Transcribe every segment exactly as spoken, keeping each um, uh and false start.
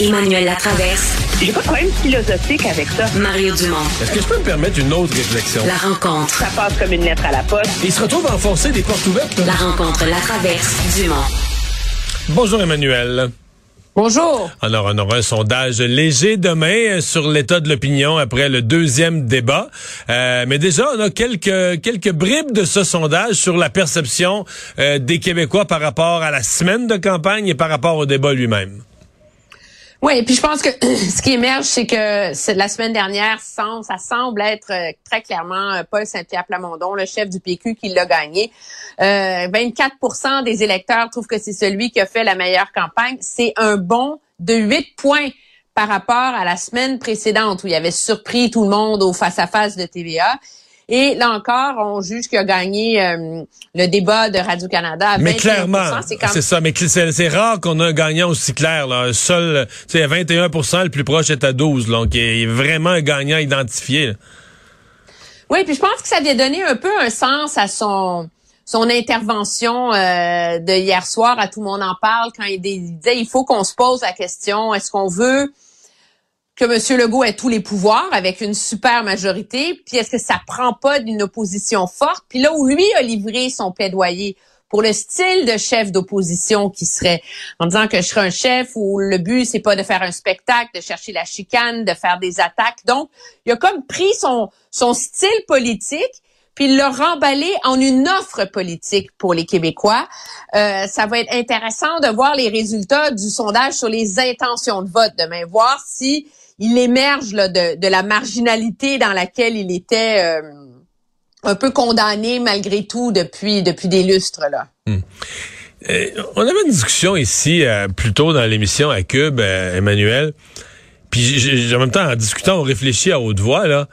Emmanuel Latraverse. J'ai pas de problème philosophique avec ça. Mario Dumont. Est-ce que je peux me permettre une autre réflexion? La rencontre. Ça passe comme une lettre à la poste. Il se retrouve à enfoncer des portes ouvertes. La rencontre Latraverse Dumont. Bonjour Emmanuel. Bonjour. Alors, on aura un sondage léger demain sur l'état de l'opinion après le deuxième débat. Euh, mais déjà, on a quelques quelques bribes de ce sondage sur la perception euh, des Québécois par rapport à la semaine de campagne et par rapport au débat lui-même. Oui, et puis je pense que ce qui émerge, c'est que c'est la semaine dernière, ça semble être très clairement Paul Saint-Pierre Plamondon, le chef du P Q, qui l'a gagné. Euh, vingt-quatre pour cent des électeurs trouvent que c'est celui qui a fait la meilleure campagne. C'est un bond de huit points par rapport à la semaine précédente où il avait surpris tout le monde au face-à-face de T V A. Et là encore, on juge qu'il a gagné euh, le débat de Radio-Canada à mais vingt et un pour cent. clairement, c'est, quand... c'est ça. Mais c'est, c'est rare qu'on a un gagnant aussi clair. Là. Un seul, tu sais, à vingt et un pour cent, le plus proche est à douze. Là, donc, il est vraiment un gagnant identifié. Là. Oui, puis je pense que ça vient donner un peu un sens à son son intervention euh, de hier soir. À Tout le monde en parle quand il disait il faut qu'on se pose la question, est-ce qu'on veut que M. Legault ait tous les pouvoirs avec une super majorité, puis est-ce que ça prend pas d'une opposition forte? Puis là où lui a livré son plaidoyer pour le style de chef d'opposition qui serait, en disant que je serais un chef où le but, c'est pas de faire un spectacle, de chercher la chicane, de faire des attaques. Donc, il a comme pris son, son style politique, puis il l'a remballé en une offre politique pour les Québécois. Euh, ça va être intéressant de voir les résultats du sondage sur les intentions de vote demain, voir si il émerge là, de, de la marginalité dans laquelle il était euh, un peu condamné malgré tout depuis depuis des lustres là. Hum. Euh, on avait une discussion ici euh, plus tôt dans l'émission à Cube, euh, Emmanuel. Puis j- en même temps, en discutant, on réfléchit à haute voix là.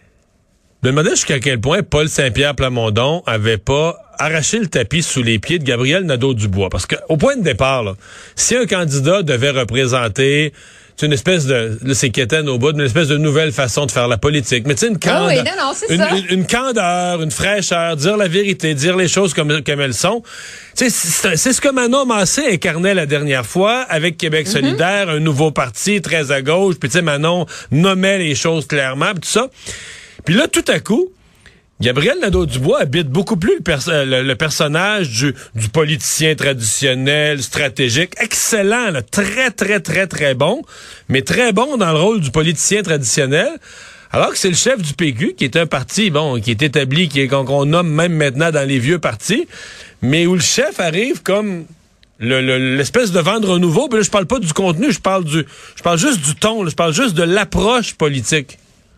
Je me demandais jusqu'à quel point Paul Saint-Pierre Plamondon avait pas arraché le tapis sous les pieds de Gabriel Nadeau-Dubois. Parce que au point de départ, là, si un candidat devait représenter une espèce de, là, c'est quétaine au bout, une espèce de nouvelle façon de faire la politique. Mais tu sais, une candeur, oh oui, non, non, c'est une, ça. une, une candeur, une fraîcheur, dire la vérité, dire les choses comme, comme elles sont. Tu sais, c'est, c'est ce que Manon Massé incarnait la dernière fois avec Québec mm-hmm. solidaire, un nouveau parti très à gauche. Puis tu sais, Manon nommait les choses clairement, pis tout ça. Puis là, tout à coup, Gabriel Nadeau-Dubois habite beaucoup plus le, pers- le, le personnage du, du politicien traditionnel, stratégique, excellent, là, très, très, très, très bon, mais très bon dans le rôle du politicien traditionnel, alors que c'est le chef du P Q, qui est un parti, bon, qui est établi, qui est, qu'on, qu'on nomme même maintenant dans les vieux partis, mais où le chef arrive comme le, le, l'espèce de vendre nouveau. Puis là, je parle pas du contenu, je parle du, je parle juste du ton, là, je parle juste de l'approche politique.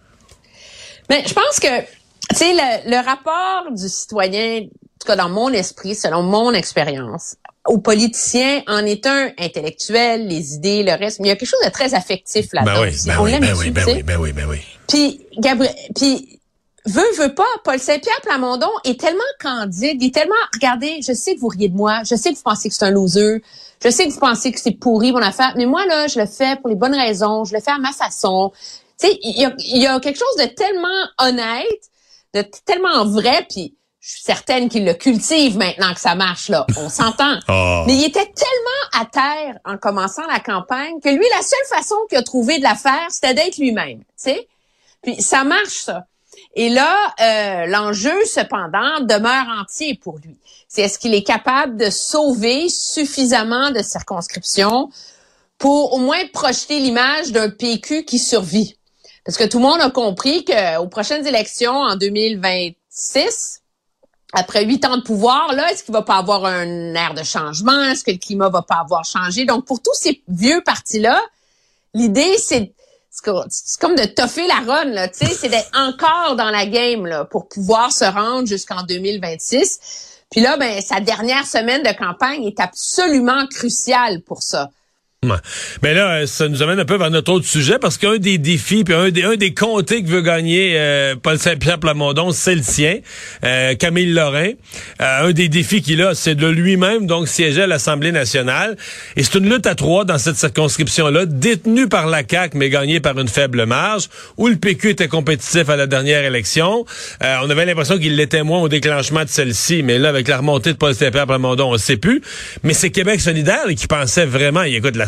Mais je pense que tu sais, le, le rapport du citoyen, en tout cas dans mon esprit, selon mon expérience, aux politiciens en est un intellectuel, les idées, le reste, mais il y a quelque chose de très affectif là-dedans. Ben oui, ben On oui, l'aime ben dessus, oui, ben tu sais. oui, ben oui, ben oui. Puis, Gabriel, puis, veut, veut pas, Paul Saint-Pierre Plamondon est tellement candide, il est tellement, regardez, je sais que vous riez de moi, je sais que vous pensez que c'est un loser, je sais que vous pensez que c'est pourri mon affaire, mais moi, là, je le fais pour les bonnes raisons, je le fais à ma façon. Tu sais, il y a, il y a quelque chose de tellement honnête, de t- tellement vrai, puis je suis certaine qu'il le cultive maintenant que ça marche, là. On s'entend. Oh. Mais il était tellement à terre en commençant la campagne que lui, la seule façon qu'il a trouvé de la faire, c'était d'être lui-même, tu sais. Puis ça marche, ça. Et là, euh, l'enjeu, cependant, demeure entier pour lui. C'est est-ce qu'il est capable de sauver suffisamment de circonscriptions pour au moins projeter l'image d'un P Q qui survit. Parce que tout le monde a compris qu'aux prochaines élections en deux mille vingt-six, après huit ans de pouvoir, là, est-ce qu'il va pas avoir un air de changement? Est-ce que le climat va pas avoir changé? Donc, pour tous ces vieux partis-là, l'idée, c'est, c'est comme de toffer la run, là, tu sais, c'est d'être encore dans la game, là, pour pouvoir se rendre jusqu'en deux mille vingt-six. Puis là, ben, sa dernière semaine de campagne est absolument cruciale pour ça. Ouais. Mais là, ça nous amène un peu vers notre autre sujet, parce qu'un des défis, puis un des, un des comtés que veut gagner euh, Paul Saint-Pierre Plamondon, c'est le sien, euh, Camille Lorrain. Euh, un des défis qu'il a, c'est de lui-même donc siéger à l'Assemblée nationale. Et c'est une lutte à trois dans cette circonscription-là, détenue par la C A Q, mais gagnée par une faible marge, où le P Q était compétitif à la dernière élection. Euh, on avait l'impression qu'il l'était moins au déclenchement de celle-ci, mais là, avec la remontée de Paul Saint-Pierre Plamondon, on ne sait plus. Mais c'est Québec solidaire là, qui pensait vraiment, il écoute, la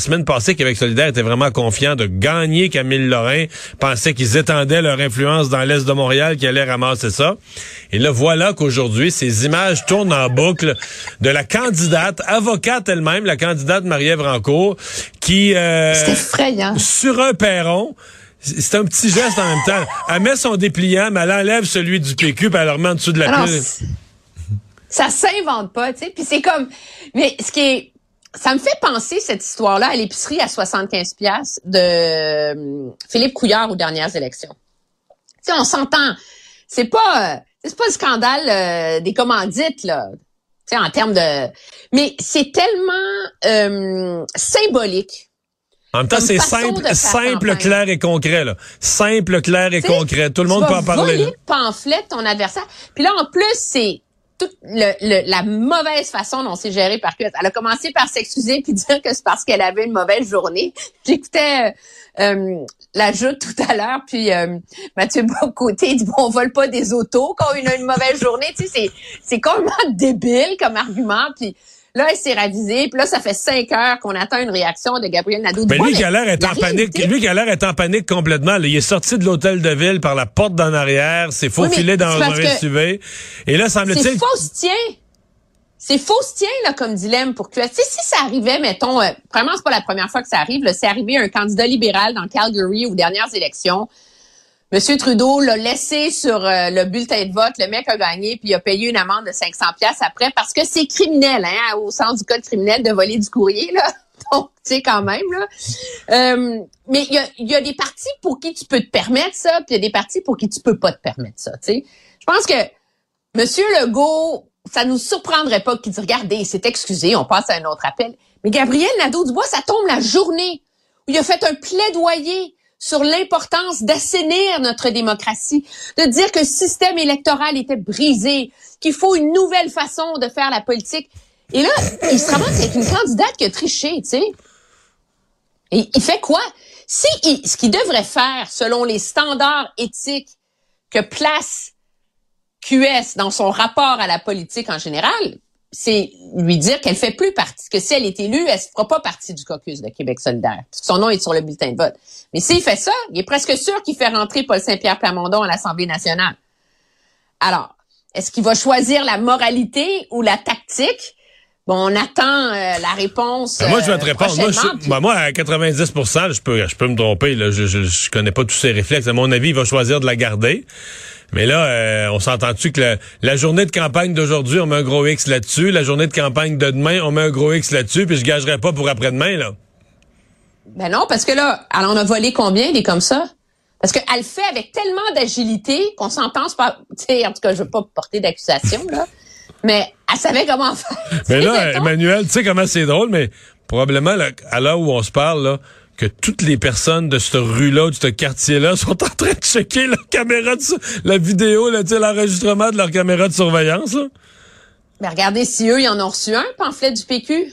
semaine passée, Québec solidaire était vraiment confiant de gagner Camille Lorrain, pensait qu'ils étendaient leur influence dans l'Est de Montréal, qu'ils allaient ramasser ça. Et là, voilà qu'aujourd'hui, ces images tournent en boucle de la candidate, avocate elle-même, la candidate Marie-Ève Rancourt, qui... Euh, c'est effrayant. Sur un perron... C'est un petit geste en même temps. Elle met son dépliant, mais elle enlève celui du P Q, puis elle le remet en dessous de la Alors, pile. Ça s'invente pas, tu sais. Puis c'est comme... Mais ce qui est... Ça me fait penser, cette histoire-là, à l'épicerie à soixante-quinze piastres de euh, Philippe Couillard aux dernières élections. Tu sais, on s'entend. C'est pas... C'est pas le scandale euh, des commandites, là. Tu sais, en termes de... Mais c'est tellement euh, symbolique. En même temps, c'est simple, simple, campagne. clair et concret, là. Simple, clair et T'sais, concret. Tout le monde peut en parler. Tu vas voler le pamphlet de ton adversaire. Puis là, en plus, c'est toute le, le, la mauvaise façon dont c'est géré par Q S. Elle a commencé par s'excuser puis dire que c'est parce qu'elle avait une mauvaise journée. J'écoutais euh, la joute tout à l'heure, puis euh, Mathieu Bocoté dit bon, on vole pas des autos quand on a une mauvaise journée. Tu sais, c'est c'est complètement débile comme argument. Puis là, elle s'est ravisée. Puis là, ça fait cinq heures qu'on attend une réaction de Gabriel Nadeau-Dubois. Mais lui qui a l'air être en panique, lui qui a l'air être en panique complètement. Là, il est sorti de l'hôtel de ville par la porte d'en arrière, s'est faufilé oui, dans un S U V. Et là, semble-t-il... C'est faustien. C'est faustien, là, comme dilemme pour Q S. Tu sais, si ça arrivait, mettons, euh, vraiment, c'est pas la première fois que ça arrive, là, c'est arrivé à un candidat libéral dans Calgary aux dernières élections. Monsieur Trudeau l'a laissé sur euh, le bulletin de vote, le mec a gagné, puis il a payé une amende de cinq cents piastres après, parce que c'est criminel, hein, au sens du code criminel, de voler du courrier, là. Donc, tu sais, quand même, là. Euh, mais il y a, y a des partis pour qui tu peux te permettre ça, puis il y a des partis pour qui tu peux pas te permettre ça, tu sais. Je pense que Monsieur Legault, ça nous surprendrait pas qu'il dise, regardez, il s'est excusé, on passe à un autre appel. Mais Gabriel Nadeau-Dubois, ça tombe la journée où il a fait un plaidoyer sur l'importance d'assainir notre démocratie, de dire que le système électoral était brisé, qu'il faut une nouvelle façon de faire la politique. Et là, il se ramasse avec une candidate qui a triché, tu sais. Et il fait quoi? Si il, ce qu'il devrait faire, selon les standards éthiques que place Q S dans son rapport à la politique en général, c'est lui dire qu'elle fait plus partie, que si elle est élue, elle ne fera pas partie du caucus de Québec solidaire. Son nom est sur le bulletin de vote. Mais s'il fait ça, il est presque sûr qu'il fait rentrer Paul Saint-Pierre Plamondon à l'Assemblée nationale. Alors, est-ce qu'il va choisir la moralité ou la tactique? Bon, on attend euh, la réponse. Ben moi, je vais te euh, répondre. Moi, je, puis... moi, moi, à quatre-vingt-dix pour cent, je peux, je peux me tromper. Là, je, je, je connais pas tous ses réflexes. À mon avis, il va choisir de la garder. Mais là, euh, on s'entend-tu que la, la journée de campagne d'aujourd'hui, on met un gros X là-dessus. La journée de campagne de demain, on met un gros X là-dessus. Puis je gagerai pas pour après-demain, là. Ben non, parce que là, elle en a volé combien, des comme ça? Parce qu'elle le fait avec tellement d'agilité qu'on s'entend, c'est pas, tu sais, en tout cas, je veux pas porter d'accusation, là. Mais elle savait comment faire. Mais là, Emmanuel, tu sais comment c'est drôle, mais probablement, là, à l'heure où on se parle, là, que toutes les personnes de cette rue-là, de ce quartier-là, sont en train de checker leur caméra, de, la vidéo, là, tu sais, l'enregistrement de leur caméra de surveillance, là. Mais regardez, si eux, ils en ont reçu un, pamphlet du P Q.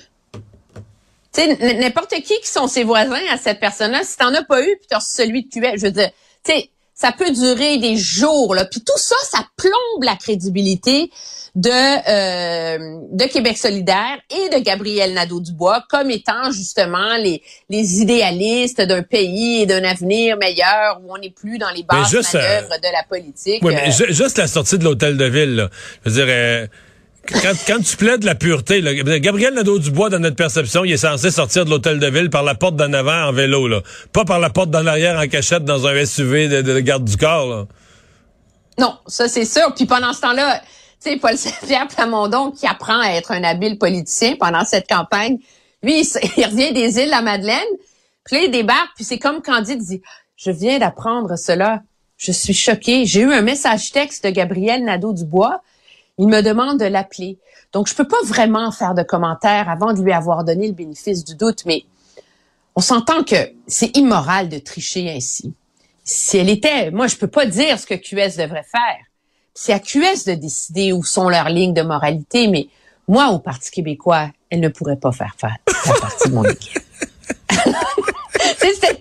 Tu sais, n'importe qui qui sont ses voisins à cette personne-là, si t'en as pas eu, puis t'as reçu celui de Q S, je veux dire, tu sais, ça peut durer des jours, là. Puis tout ça, ça plombe la crédibilité de euh, de Québec solidaire et de Gabriel Nadeau-Dubois comme étant justement les les idéalistes d'un pays et d'un avenir meilleur où on n'est plus dans les basses juste, manœuvres euh, de la politique. Oui, mais euh, juste la sortie de l'hôtel de ville, là. Je veux dire, euh, quand, quand tu plaides la pureté, là, Gabriel Nadeau-Dubois, dans notre perception, il est censé sortir de l'hôtel de ville par la porte d'en avant en vélo, là. Pas par la porte d'en arrière en cachette dans un S U V de, de, de garde du corps, là. Non, ça c'est sûr. Puis pendant ce temps-là, tu sais, Paul Saint-Pierre Plamondon, qui apprend à être un habile politicien pendant cette campagne, lui, il, il revient des îles à Madeleine, puis là, il débarque, puis c'est comme Candide dit, « Je viens d'apprendre cela, je suis choquée, j'ai eu un message texte de Gabriel Nadeau-Dubois, il me demande de l'appeler. Donc, je peux pas vraiment faire de commentaires avant de lui avoir donné le bénéfice du doute, mais on s'entend que c'est immoral de tricher ainsi. Si elle était, moi, je peux pas dire ce que Q S devrait faire. C'est à Q S de décider où sont leurs lignes de moralité, mais moi, au Parti québécois, elle ne pourrait pas faire, faire, faire partie de mon équipe. C'était tellement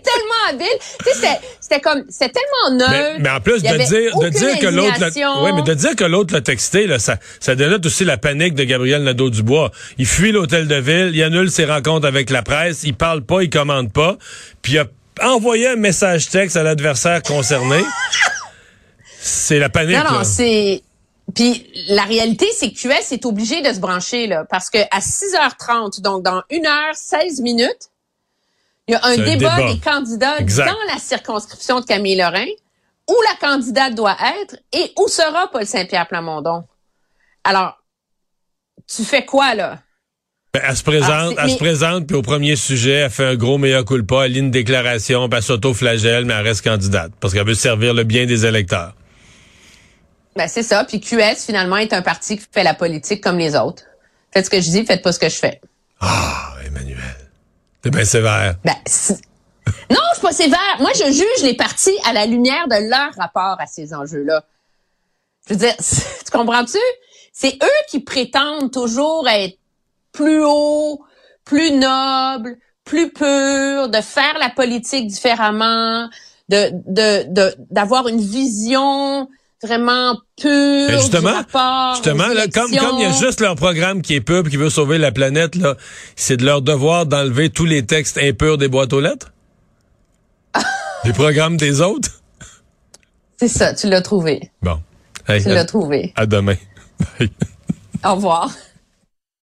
habile. Tu sais, c'était, c'était comme, c'était tellement neutre. Mais, mais en plus Il y de avait dire, de aucune dire que l'autre, l'a- indignation. ouais, mais de dire que l'autre l'a texté, là, ça, ça dénote aussi la panique de Gabriel Nadeau-Dubois. Il fuit l'hôtel de ville, il annule ses rencontres avec la presse, il parle pas, il commande pas, puis il a envoyé un message texte à l'adversaire concerné. C'est la panique, Non, non, là. c'est... Puis la réalité, c'est que Q S est obligé de se brancher, là, parce que à six heures trente, donc dans une heure seize minutes, il y a un C'est un débat, débat. des candidats Exact. dans la circonscription de Camille Lorrain, où la candidate doit être et où sera Paul Saint-Pierre Plamondon. Alors, tu fais quoi, là? Ben, elle se présente, Ah, c'est- elle mais- se présente, puis au premier sujet, elle fait un gros mea culpa, elle lit une déclaration, puis elle s'auto-flagelle, mais elle reste candidate, parce qu'elle veut servir le bien des électeurs. Ben, c'est ça. Puis Q S, finalement, est un parti qui fait la politique comme les autres. Faites ce que je dis, faites pas ce que je fais. Ah, Emmanuel. T'es bien sévère. Ben, c'est- non, je suis pas sévère. Moi, je juge les partis à la lumière de leur rapport à ces enjeux-là. Je veux dire, tu comprends-tu? C'est eux qui prétendent toujours être plus haut, plus noble, plus pur, de faire la politique différemment, de, de, de, d'avoir une vision vraiment pure Mais justement, du rapport justement, aux là, comme, élections. comme il y a juste leur programme qui est pur et qui veut sauver la planète, là, c'est de leur devoir d'enlever tous les textes impurs des boîtes aux lettres? Les programmes des autres? C'est ça, tu l'as trouvé. Bon. Hey, Tu à, l'as trouvé. à demain. Bye. Au revoir.